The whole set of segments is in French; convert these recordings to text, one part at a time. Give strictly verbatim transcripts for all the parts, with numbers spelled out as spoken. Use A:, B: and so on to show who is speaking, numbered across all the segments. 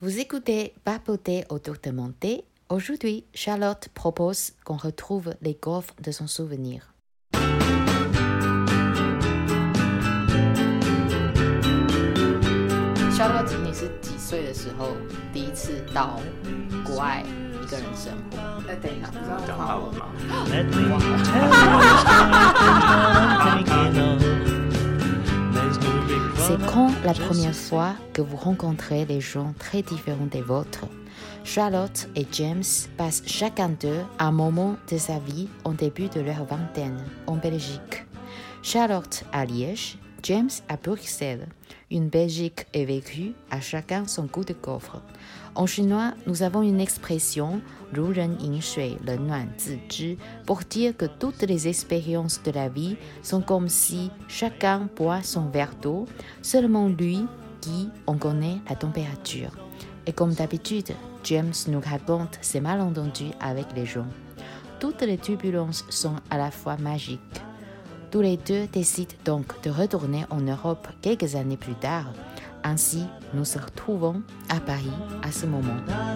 A: Vous écoutez Papoter autour de mon thé. Aujourd'hui, Charlotte propose qu'on retrouve les gaufres de son souvenir. Charlotte, 你是几岁的时候第一次到国外一个人生活？
B: 呃，等一下，不知道
C: 讲法文吗？
D: Let me tell you
A: C'est quand la première fois que vous rencontrez des gens très différents des vôtres? Charlotte et James passent chacun d'eux un moment de sa vie au début de leur vingtaine, en Belgique. Charlotte à Liège, James à Bruxelles. Une Belgique est vécue, à chacun son goût de gaufre. En chinois, nous avons une expression «如人饮水，冷暖自知» pour dire que toutes les expériences de la vie sont comme si chacun boit son verre d'eau, seulement lui qui en connaît la température. Et comme d'habitude, James nous raconte ses malentendus avec les gens. Toutes les turbulences sont à la fois magiques. Tous les deux décident donc de retourner en Europe quelques années plus tard. Ainsi, nous se retrouvons à Paris à ce moment.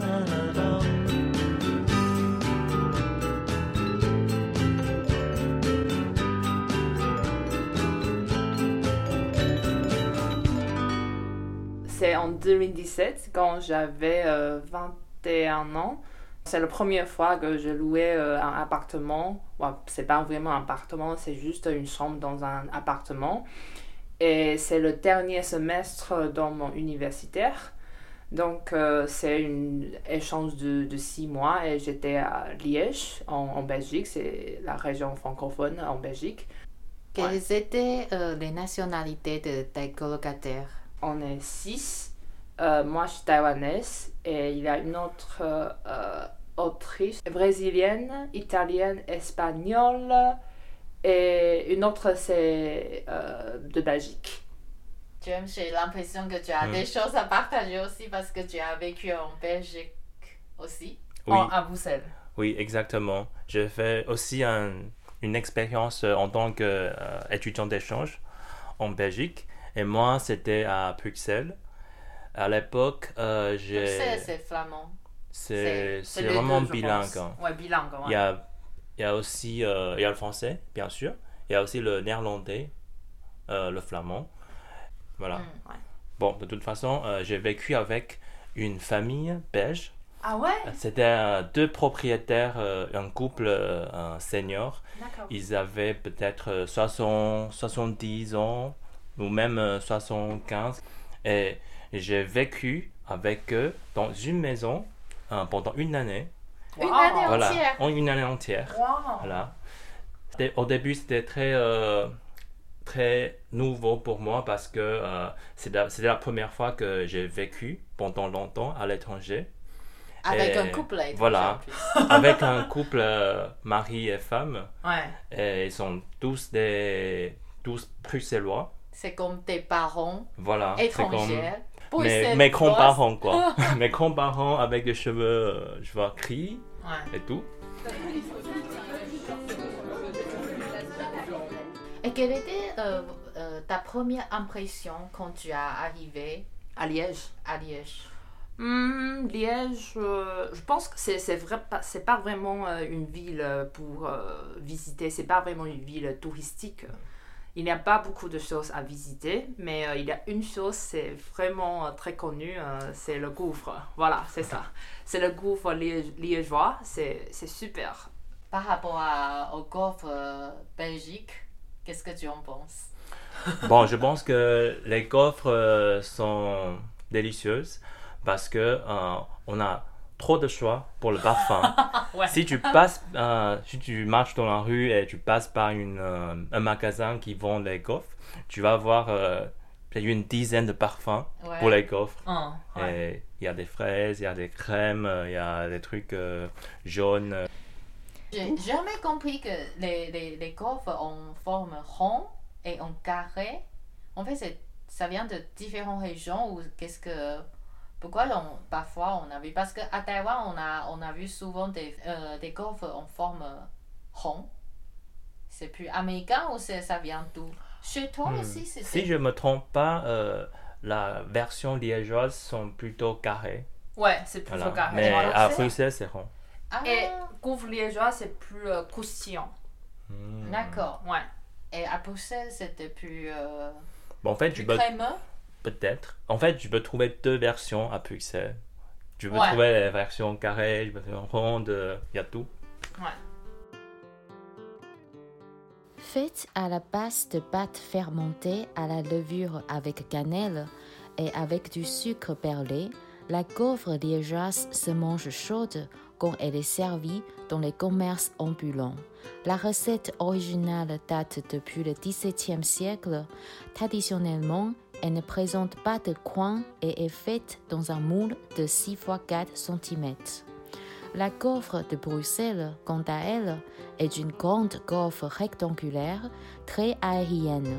B: C'est en deux mille dix-sept, quand j'avais euh, vingt et un ans. C'est la première fois que je louais euh, un appartement. Ouais, c'est pas vraiment un appartement, c'est juste une chambre dans un appartement. Et c'est le dernier semestre dans mon universitaire. Donc, euh, c'est un échange de, de six mois et j'étais à Liège, en, en Belgique. C'est la région francophone en Belgique.
A: Quelles
B: Ouais.
A: étaient euh, les nationalités de tes colocataires?
B: On est six. Euh, moi, je suis taïwanaise et il y a une autre euh, autriche, brésilienne, italienne, espagnole et une autre, c'est euh, de Belgique.
A: James, j'ai l'impression que tu as
C: Mm.
A: des choses à partager aussi parce que tu as vécu en Belgique aussi.
C: Oui,
B: En, à Bruxelles.
C: oui, exactement. J'ai fait aussi un- une expérience euh, en tant qu'étudiant d'échange en Belgique. Et moi, c'était à Bruxelles. À l'époque, euh, j'ai...
A: Bruxelles, c'est flamand.
C: C'est
B: c'est
C: c'est
B: les
C: vraiment
B: deux, je
C: bilingue.
B: pense.
C: hein.
B: Ouais, bilingue. Ouais.
C: Il y a, il y a aussi euh, il y a le français, bien sûr. Il y a aussi le néerlandais, euh, le flamand. Voilà.
A: Mm.
B: Ouais.
C: Bon, de toute façon, euh, j'ai vécu avec une famille belge.
B: Ah ouais?
C: C'était euh, deux propriétaires, euh, un couple euh, un senior.
B: D'accord.
C: Ils avaient peut-être euh, soixante, soixante-dix ans ou même euh, soixante-quinze. Et j'ai vécu avec eux dans une maison euh, pendant une année.
A: Une
B: Wow.
A: année
C: Voilà,
A: entière.
C: en une année entière.
B: Wow.
C: Voilà. C'était- Au début, c'était très, euh, très nouveau pour moi parce que euh, c'était la, c'était la première fois que j'ai vécu pendant longtemps à l'étranger.
A: Avec
C: Et
A: un couple étranger
C: voilà.
A: en plus.
C: Avec un couple euh, mari et femme.
B: Ouais.
C: Et ils sont tous des tous bruxellois.
A: C'est comme tes parents
C: Voilà. c'est comme
A: étrangers.
C: mes, mes grands-parents, quoi. Mes grands-parents avec des cheveux, euh, je vois, gris
B: Ouais.
C: et tout.
A: Et quelle était euh, euh, ta première impression quand tu as arrivé
B: À Liège.
A: à Liège?
B: Hmm, Liège, euh, je pense que c'est c'est vrai pas c'est pas vraiment euh, une ville euh, pour euh, visiter, c'est pas vraiment une ville touristique. Il n'y a pas beaucoup de choses à visiter, mais euh, il y a une chose, c'est vraiment euh, très connu, euh, c'est le gouffre. Voilà, c'est ça. C'est le gouffre lié- liégeois, c'est c'est super.
A: Par rapport à, au golf euh, Belgique, qu'est-ce que tu en penses?
C: Bon, je pense que les gaufres euh, sont délicieuses parce que euh, on a trop de choix pour le parfum.
B: Ouais.
C: Si tu passes, euh, si tu marches dans la rue et tu passes par une, euh, un magasin qui vend les gaufres, tu vas voir euh, peut-être une dizaine de parfums
A: Ouais.
C: pour les gaufres.
B: Hein, ouais.
C: Et il y a des fraises, il y a des crèmes, euh, il y a des trucs euh, jaunes.
A: J'ai jamais compris que les, les, les gaufres en forme rond et en carré, en fait, c'est, ça vient de différentes régions ou qu'est-ce que... Pourquoi on, parfois on a vu... Parce qu'à Taïwan, on a, on a vu souvent des, euh, des gaufres en forme rond. C'est plus américain ou c'est, ça vient d'où? Chez toi
C: Hmm.
A: aussi, c'était...
C: Si je me trompe pas, euh, la version liégeoise sont plutôt carrées.
B: Ouais, c'est plus
C: Voilà.
B: carré.
C: Mais
B: Voilà.
C: à Bruxelles, c'est rond.
A: Ah,
B: Et gaufre liégeois, c'est plus euh, croustillant.
C: Hmm.
A: d'accord.
B: Ouais.
A: Et à Bruxelles, c'était plus, euh,
C: Bon, en fait,
A: plus
C: tu peux,
A: crémeux.
C: peut-être. En fait, tu peux trouver deux versions à Bruxelles. Tu peux
B: Ouais.
C: trouver la version carrée, la version ronde, il y a tout.
B: Ouais.
A: Faite à la base de pâte fermentée à la levure avec cannelle et avec du sucre perlé, la gaufre liégeoise se mange chaude quand elle est servie dans les commerces ambulants. La recette originale date depuis le dix-septième siècle. Traditionnellement, elle ne présente pas de coin et est faite dans un moule de six par quatre centimètres. La gaufre de Bruxelles, quant à elle, est une grande gaufre rectangulaire, très aérienne.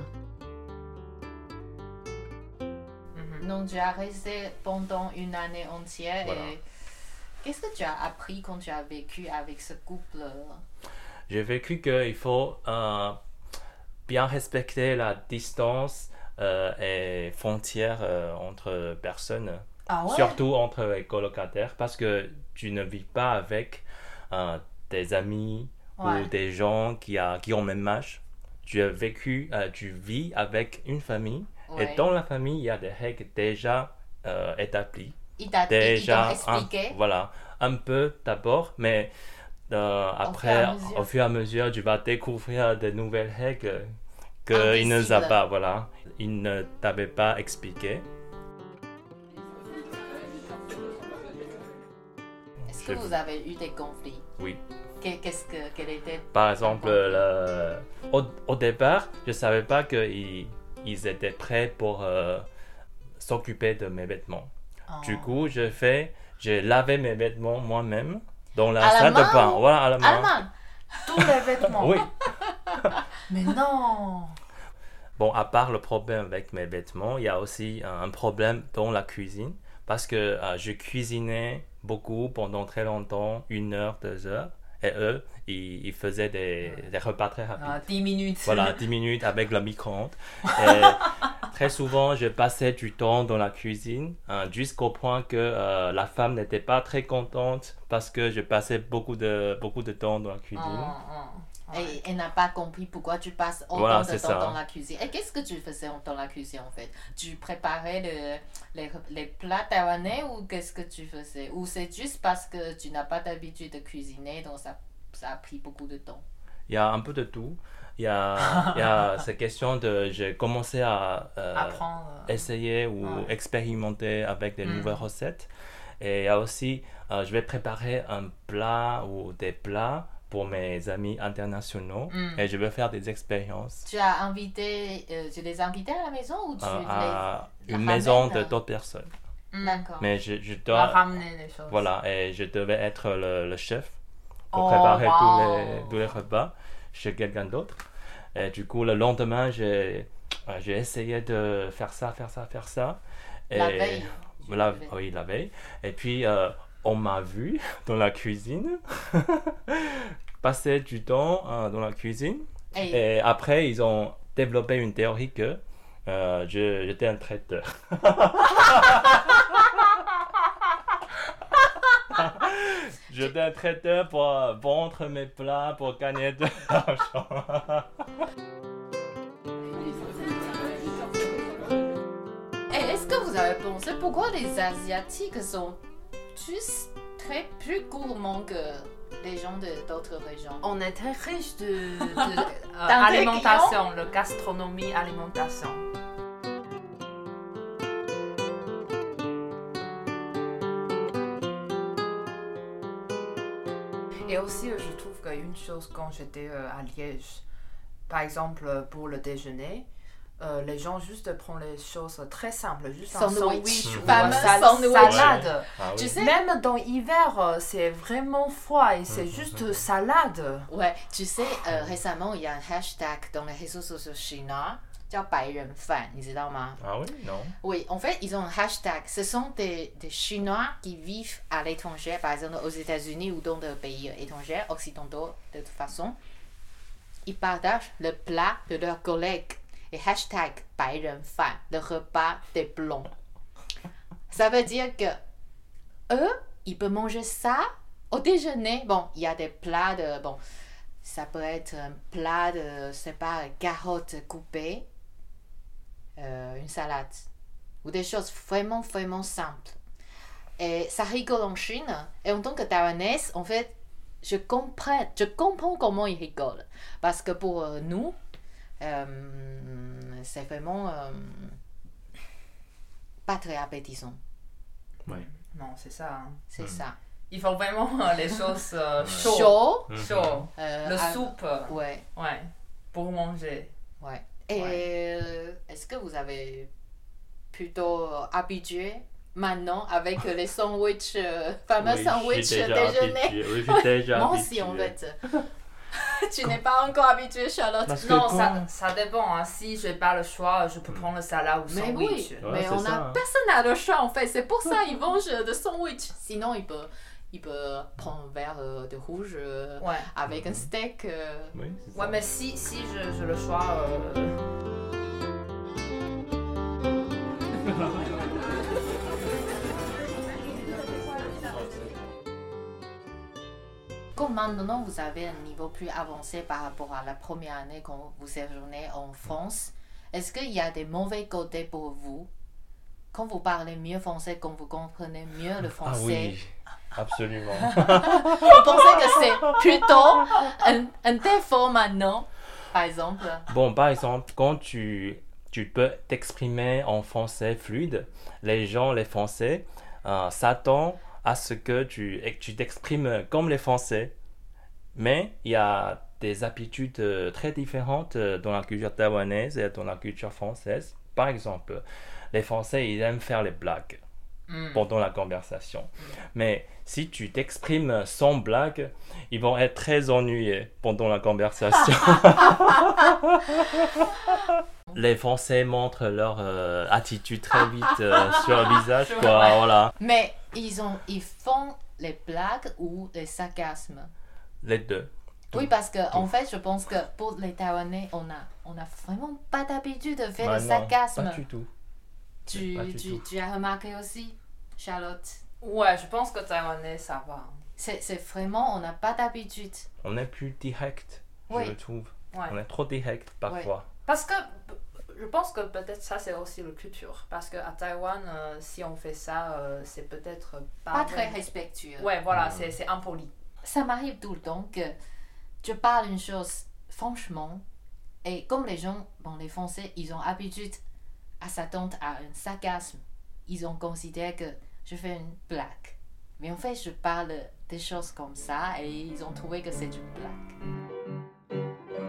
B: Mhm.
A: Donc, tu as resté pendant une année entière.
C: Voilà.
A: Et qu'est-ce que tu as appris quand tu as vécu avec ce couple?
C: J'ai vécu qu'il faut euh, bien respecter la distance euh, et frontières euh, entre personnes,
A: Ah ouais?
C: surtout entre les colocataires, parce que tu ne vis pas avec euh, des amis
A: Ouais.
C: ou des gens qui, a, qui ont le même âge. Tu as vécu, euh, tu vis avec une famille
A: Ouais.
C: et dans la famille, il y a des règles déjà euh, établies.
A: Il t'a
C: Déjà,
A: il t'a expliqué?
C: un, voilà, un peu d'abord, mais euh, après,
A: fur et à mesure.
C: au fur et à mesure, tu vas découvrir de nouvelles règles qu'il ne
A: Invisibles.
C: a pas, voilà, il ne t'avait pas expliqué.
A: Est-ce que
C: Je-
A: vous avez eu des conflits?
C: Oui.
A: Que- Qu'est-ce que, quel était?
C: Par exemple, le- au, au départ, je ne savais pas qu'ils ils étaient prêts pour euh, s'occuper de mes vêtements.
A: Oh.
C: Du coup, je fais, j'ai lavé mes vêtements moi-même dans la
A: À la
C: salle
A: main
C: de bain.
A: ou-
C: Voilà, à la main.
A: Allemand?
B: Tous les vêtements.
C: Oui.
A: Mais non!
C: Bon, à part le problème avec mes vêtements, il y a aussi un un problème dans la cuisine parce que euh, je cuisinais beaucoup pendant très longtemps, une heure, deux heures, et eux, ils, ils faisaient des, des repas très rapides.
A: Ah, dix minutes.
C: Voilà, dix minutes avec le micro-ondes. Et très souvent, je passais du temps dans la cuisine hein, jusqu'au point que euh, la femme n'était pas très contente parce que je passais beaucoup de, beaucoup de temps dans la cuisine.
A: Oh, oh. Et elle n'a pas compris pourquoi tu passes autant
C: Voilà,
A: de
C: c'est
A: temps
C: ça.
A: dans la cuisine. Et qu'est-ce que tu faisais dans la cuisine en fait? Tu préparais le- les, les plats taïwanais ou qu'est-ce que tu faisais? Ou c'est juste parce que tu n'as pas d'habitude de cuisiner, donc ça, ça a pris beaucoup de temps?
C: Il y a un peu de tout. Il y a, il y a cette question de... J'ai commencé à euh,
B: Apprendre.
C: essayer ou
B: Ouais.
C: expérimenter avec des
B: Mm.
C: nouvelles recettes. Et il y a aussi, euh, je vais préparer un plat ou des plats pour mes amis internationaux
B: Mm.
C: et je vais faire des expériences
A: Tu as invité, euh, tu les as invités à la maison ou tu
C: euh, à
A: les
C: une
A: ramènes?
C: maison de d'autres personnes.
B: Mm.
A: D'accord.
C: Mais je, je
B: Tu dois
C: dois...
B: ramener les choses.
C: Voilà, et je devais être le, le chef pour
B: Oh,
C: préparer
B: wow.
C: tous, les, tous les repas chez quelqu'un d'autre. Et du coup, le lendemain, j'ai euh, j'ai essayé de faire ça, faire ça, faire ça. Et
A: La veille. tu
C: La,
A: devais-
C: oui, la veille. Et puis, euh, on m'a vu dans la cuisine, passer du temps euh, dans la cuisine.
A: Et
C: Et après, ils ont développé une théorie que euh, je- j'étais un traiteur. J'étais un traiteur pour euh, vendre mes plats pour gagner de l'argent.
A: Et est-ce que vous avez pensé pourquoi les Asiatiques sont tous très plus gourmands que les gens de d'autres régions?
B: On est très riche de, de euh,
A: D'ingrédients.
B: alimentation, la gastronomie, alimentation. Et aussi, euh, je trouve qu'une chose quand j'étais euh, à Liège, par exemple euh, pour le déjeuner, euh, les gens juste prennent les choses très simples, juste un
A: Sandwich.
B: sandwich ou
A: Fameux
B: un sal-
A: sandwich.
B: salade.
C: Ah oui.
A: Tu sais-
B: Même dans l'hiver, euh, c'est vraiment froid et c'est
C: Mhm,
B: juste
C: mhm.
B: salade.
A: Ouais, tu sais, euh, récemment, il y a un hashtag dans les réseaux sociaux chinois, 叫白人饭, 你知道吗?
C: Ah oui, non.
A: Oui, en fait, ils ont un hashtag. Ce sont des, des Chinois qui vivent à l'étranger, par exemple aux États-Unis ou dans des pays étrangers, occidentaux de toute façon. Ils partagent le plat de leurs collègues et hashtag 白人饭, le repas des blancs. Ça veut dire que eux, ils peuvent manger ça au déjeuner. Bon, il y a des plats de... Bon, ça peut être un plat de, je sais pas, carottes coupées, euh, une salade, ou des choses vraiment, vraiment simples. Et ça rigole en Chine. Et en tant que Taïwanaise, en fait, je comprends, je comprends comment ils rigolent. Parce que pour euh, nous, euh, c'est vraiment euh, pas très appétissant.
C: Oui.
B: Non, c'est ça. Hein.
A: C'est
C: Mm.
A: ça.
B: Il faut vraiment euh, les choses euh, chaudes.
A: Chaud.
C: Mhm.
B: Chaud.
A: euh,
B: Le
A: à-
B: soupe.
A: Ouais,
B: Ouais. Pour manger.
A: ouais. Et
B: Ouais.
A: euh, est-ce que vous avez plutôt habitué maintenant avec les sandwichs, euh, fameux
C: Oui,
A: sandwichs
C: je suis déjà
A: déjeuner?
C: habitué. Oui, je suis déjà
A: Moi
C: habitué.
A: aussi, en fait. Tu n'es pas encore habituée, Charlotte.
C: Parce que
B: Non,
C: quand-
B: ça, ça dépend. Hein. Si je n'ai pas le choix, je peux prendre le salade ou
A: Mais
B: sandwich.
A: oui,
C: Ouais,
A: mais
C: c'est
A: on
C: ça,
A: a,
C: hein.
A: personne n'a le choix en fait. C'est pour ça qu'ils mangent de sandwich. Sinon, il peut, il peut prendre un verre euh, de rouge euh,
B: Ouais.
A: avec un steak. euh.
C: Oui, c'est
B: Ouais,
C: ça.
B: mais si, si je, je le choix. euh,
A: Comme maintenant, vous avez un niveau plus avancé par rapport à la première année quand vous séjournez en France, est-ce qu'il y a des mauvais côtés pour vous? Quand vous parlez mieux français, quand vous comprenez mieux le
C: Ah
A: français,
C: oui, absolument.
A: vous pensez que c'est plutôt un, un défaut maintenant, par exemple?
C: Bon, par exemple, quand tu, tu peux t'exprimer en français fluide, les gens, les Français, euh, s'attendent à ce que tu et que tu t'exprimes comme les Français. Mais il y a des habitudes euh, très différentes euh, dans la culture taïwanaise et dans la culture française. Par exemple, les Français, ils aiment faire les blagues
B: hmm.
C: pendant la conversation. Mais si tu t'exprimes sans blague, ils vont être très ennuyés pendant la conversation. Les Français montrent leur euh, attitude très vite euh, sur le visage, quoi,
B: Ouais.
C: voilà.
A: Mais ils, ont, ils font les blagues ou les sarcasmes?
C: Les deux. Tout.
A: Oui, parce que en fait, je pense que pour les Taïwanais, on a, on a vraiment pas d'habitude de faire
C: Bah
A: le
C: non,
A: sarcasme.
C: pas du tout.
A: Tu,
C: pas du
A: tu,
C: tout.
A: tu as remarqué aussi, Charlotte?
B: Ouais, je pense que Taïwanais, ça va.
A: C'est, c'est vraiment, on n'a pas d'habitude.
C: On est plus direct,
A: Oui.
C: je trouve.
B: Ouais.
C: On est trop direct parfois.
B: Parce que je pense que peut-être ça, c'est aussi la culture. Parce qu'à Taïwan, euh, si on fait ça, euh, c'est peut-être pas.
A: Pas très
B: vraiment-
A: respectueux.
B: Ouais, voilà,
C: Mm.
B: c'est, c'est impoli.
A: Ça m'arrive tout le temps que je parle une chose franchement, et comme les gens, bon, les Français, ils ont habitude à s'attendre à un sarcasme. Ils ont considéré que je fais une blague. Mais en fait, je parle des choses comme ça et ils ont trouvé que c'est une blague.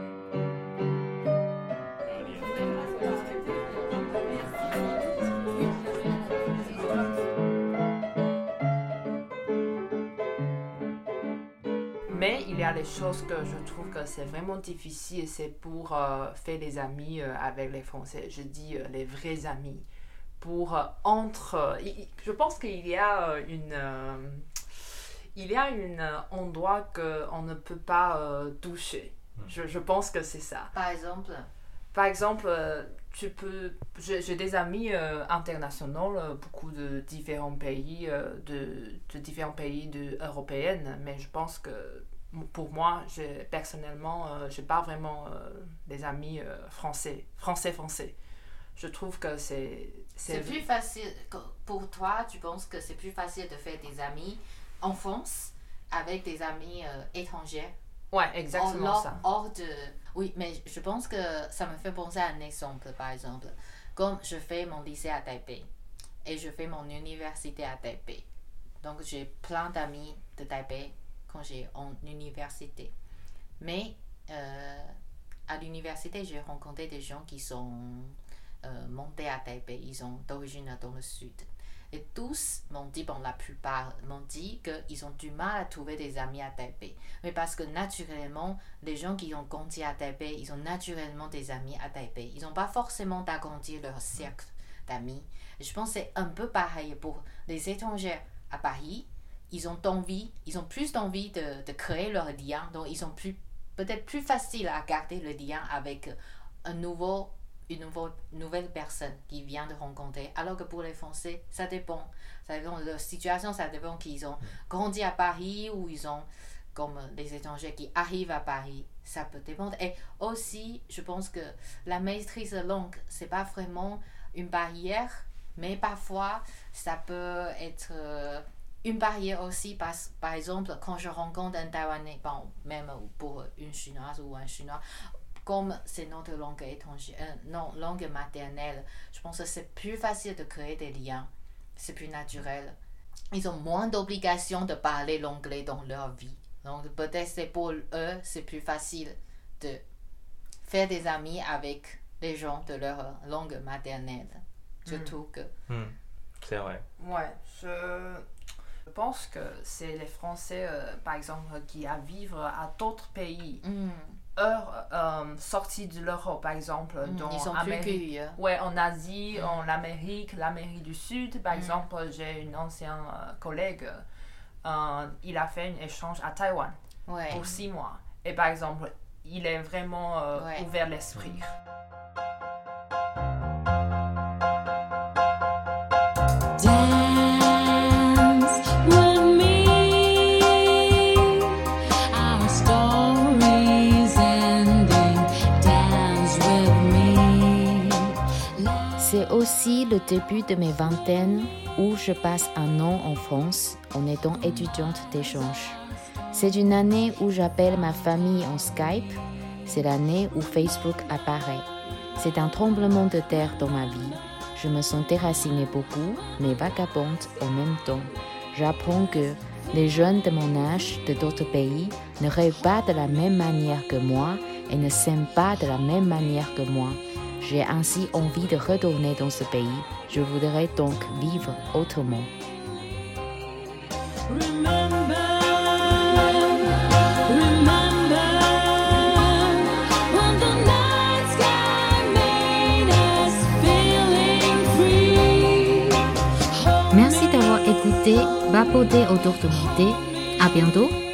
B: Mais il y a des choses que je trouve que c'est vraiment difficile, c'est pour euh, faire des amis euh, avec les Français. Je dis euh, les vrais amis. Pour euh, entre, euh, il- il- je pense qu'il y a euh, une, euh, il y a un euh, endroit que on ne peut pas euh, toucher. Je, je pense que c'est ça.
A: Par exemple,
B: Par exemple, euh, tu peux, j'ai j'ai des amis euh, internationaux, euh, beaucoup de différents pays, euh, de, de différents pays de, européens, mais je pense que m- pour moi, j'ai- personnellement, euh, je n'ai pas vraiment euh, des amis euh, français, français-français. Je trouve que c'est...
A: c'est plus facile, pour toi, tu penses que c'est plus facile de faire des amis en France avec des amis euh, étrangers?
B: Ouais, exactement
A: hors,
B: ça.
A: hors de... Oui, mais je pense que ça me fait penser à un exemple, par exemple. Comme je fais mon lycée à Taipei et je fais mon université à Taipei. Donc, j'ai plein d'amis de Taipei quand j'ai en université. Mais euh, à l'université, j'ai rencontré des gens qui sont euh, montés à Taipei. Ils sont d'origine dans le sud. Et tous m'ont dit, bon, la plupart m'ont dit qu'ils ont du mal à trouver des amis à Taipei. Mais parce que naturellement, les gens qui ont grandi à Taipei, ils ont naturellement des amis à Taipei. Ils n'ont pas forcément agrandir leur cercle d'amis. Et je pense que c'est un peu pareil pour les étrangers à Paris. Ils ont envie, ils ont plus d'envie de, de créer leur lien. Donc, ils sont plus, peut-être plus faciles à garder le lien avec un nouveau une nouveau, nouvelle personne qui vient de rencontrer. Alors que pour les Français, ça dépend. Ça dépend de leur situation, ça dépend qu'ils ont grandi à Paris ou ils ont, comme les étrangers qui arrivent à Paris. Ça peut dépendre. Et aussi, je pense que la maîtrise de langue, c'est pas vraiment une barrière, mais parfois, ça peut être une barrière aussi. Par, par exemple, quand je rencontre un Taïwanais, bon, même pour une Chinoise ou un Chinois, comme c'est notre langue étrangère, euh, non, langue maternelle, je pense que c'est plus facile de créer des liens. C'est plus naturel. Ils ont moins d'obligations de parler l'anglais dans leur vie. Donc peut-être c'est pour eux, c'est plus facile de faire des amis avec les gens de leur langue maternelle. Je trouve que...
C: Mm. C'est vrai.
B: Ouais, je... je pense que c'est les Français, euh, par exemple, qui à vivre à d'autres pays.
A: Mm.
B: Heure euh, sortie de l'Europe, par exemple,
A: Mm,
B: dans
A: ils sont
B: Amérique,
A: plus curieux.
B: ouais, en Asie,
A: Mm.
B: en Amérique, l'Amérique du Sud. Par
A: Mm.
B: exemple, j'ai une ancienne euh, collègue, euh, il a fait un échange à Taïwan
A: Ouais.
B: pour six mois. Et par exemple, il est vraiment euh,
A: Ouais.
B: ouvert l'esprit.
A: C'est aussi le début de mes vingtaines où je passe un an en France en étant étudiante d'échange. C'est une année où j'appelle ma famille en Skype. C'est l'année où Facebook apparaît. C'est un tremblement de terre dans ma vie. Je me sens déracinée beaucoup, mais vagabonde en même temps. J'apprends que les jeunes de mon âge de d'autres pays ne rêvent pas de la même manière que moi et ne s'aiment pas de la même manière que moi. J'ai ainsi envie de retourner dans ce pays. Je voudrais donc vivre autrement. Remember, remember, when the night sky made us feeling free. Merci d'avoir écouté Vapoter autour de mon thé. À bientôt.